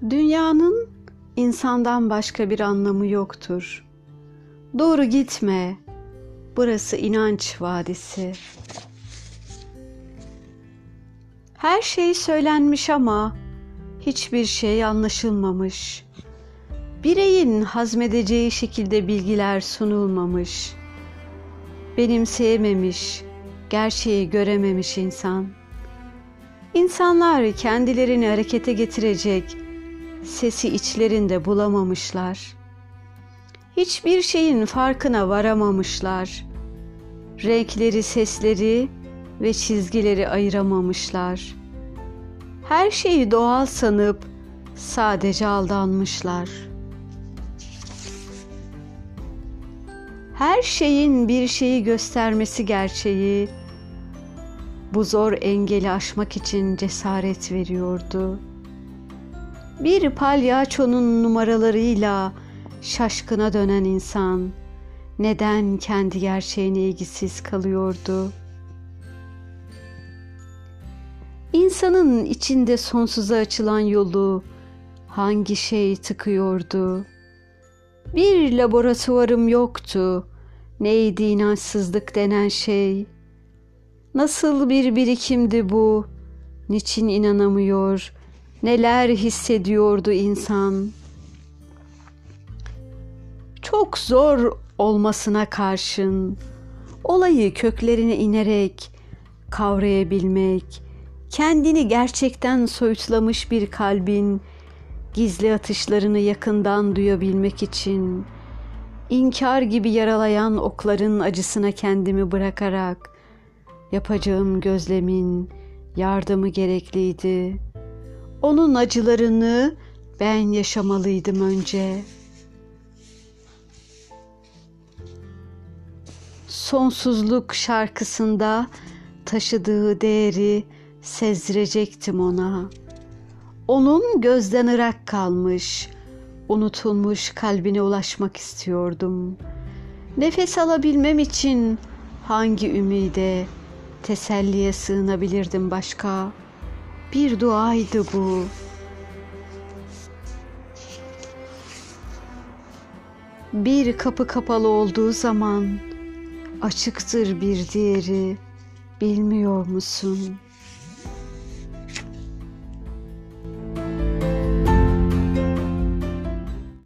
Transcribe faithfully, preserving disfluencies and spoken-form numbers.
Dünyanın insandan başka bir anlamı yoktur. Doğru gitme, burası inanç vadisi. Her şey söylenmiş ama hiçbir şey anlaşılmamış. Bireyin hazmedeceği şekilde bilgiler sunulmamış. Benimseyememiş, gerçeği görememiş insan. İnsanlar kendilerini harekete getirecek sesi içlerinde bulamamışlar. Hiçbir şeyin farkına varamamışlar. Renkleri, sesleri ve çizgileri ayıramamışlar. Her şeyi doğal sanıp sadece aldanmışlar. Her şeyin bir şeyi göstermesi gerçeği, bu zor engeli aşmak için cesaret veriyordu. Bir palyaçonun numaralarıyla şaşkına dönen insan, neden kendi gerçeğine ilgisiz kalıyordu? İnsanın içinde sonsuza açılan yolu hangi şey tıkıyordu? Bir laboratuvarım yoktu. Neydi inançsızlık denen şey? Nasıl bir birikimdi bu? Niçin inanamıyor? Neler hissediyordu insan? Çok zor olmasına karşın olayı köklerine inerek kavrayabilmek, kendini gerçekten soyutlamış bir kalbin gizli atışlarını yakından duyabilmek için inkar gibi yaralayan okların acısına kendimi bırakarak yapacağım gözlemin yardımı gerekliydi. Onun acılarını ben yaşamalıydım önce. Sonsuzluk şarkısında taşıdığı değeri sezdirecektim ona. Onun gözden ırak kalmış, unutulmuş kalbine ulaşmak istiyordum. Nefes alabilmem için hangi ümide, teselliye sığınabilirdim başka? Bir duaydı bu. Bir kapı kapalı olduğu zaman açıktır bir diğeri, bilmiyor musun?